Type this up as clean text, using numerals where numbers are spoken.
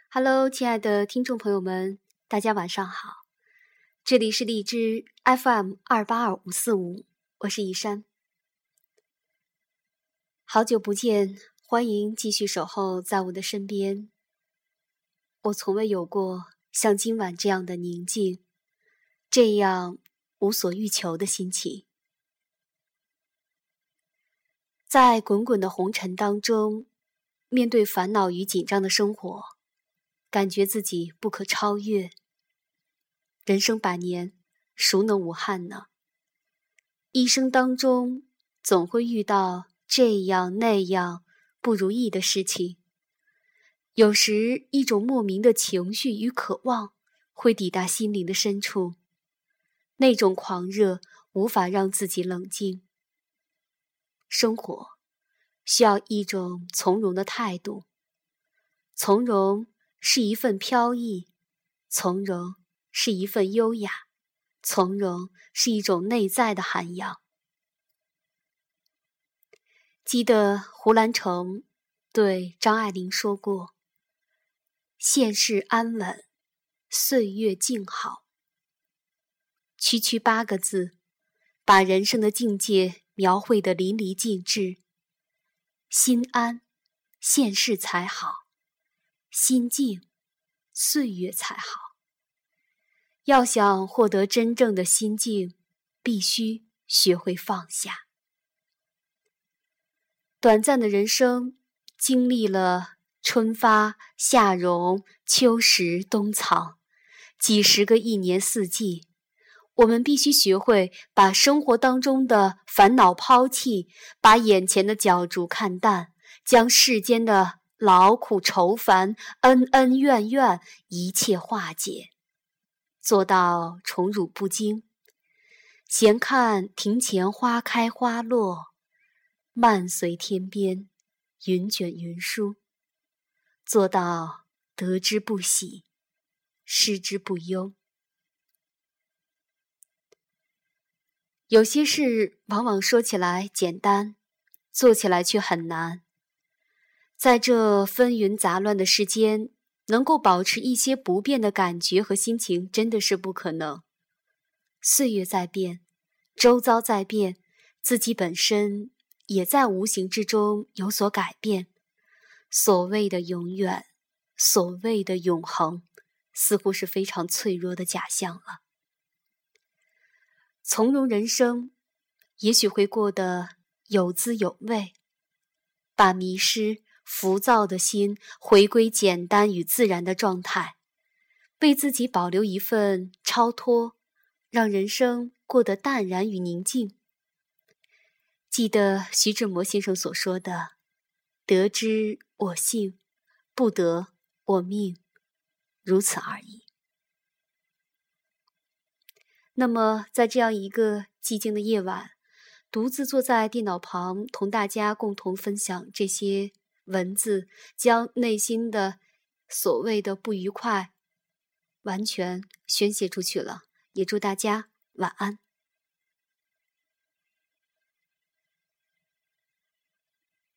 Hello， 亲爱的听众朋友们，大家晚上好，这里是荔枝 FM282545，我是宜山。好久不见，欢迎继续守候在我的身边。我从未有过像今晚这样的宁静，这样无所欲求的心情。在滚滚的红尘当中，面对烦恼与紧张的生活，感觉自己不可超越。人生百年，孰能无憾呢？一生当中，总会遇到这样那样不如意的事情。有时，一种莫名的情绪与渴望会抵达心灵的深处，那种狂热无法让自己冷静。生活需要一种从容的态度，从容是一份飘逸，从容是一份优雅，从容是一种内在的涵养。记得胡兰成对张爱玲说过：现世安稳，岁月静好。区区8个字，把人生的境界描绘得淋漓尽致。心安，现世才好；心静，岁月才好。要想获得真正的心境，必须学会放下。短暂的人生，经历了春发、夏荣、秋实、冬藏，几十个一年四季，我们必须学会把生活当中的烦恼抛弃，把眼前的角逐看淡，将世间的劳苦愁烦、恩恩怨怨一切化解，做到宠辱不惊。闲看庭前花开花落，漫随天边云卷云舒，做到得之不喜，失之不忧。有些事往往说起来简单，做起来却很难。在这纷纭杂乱的世间，能够保持一些不变的感觉和心情，真的是不可能。岁月在变，周遭在变，自己本身也在无形之中有所改变。所谓的永远，所谓的永恒，似乎是非常脆弱的假象了。从容人生，也许会过得有滋有味，把迷失、浮躁的心回归简单与自然的状态，为自己保留一份超脱，让人生过得淡然与宁静。记得徐志摩先生所说的：得之我幸，不得我命，如此而已。那么在这样一个寂静的夜晚，独自坐在电脑旁，同大家共同分享这些文字，将内心的所谓的不愉快完全宣泄出去了。也祝大家晚安。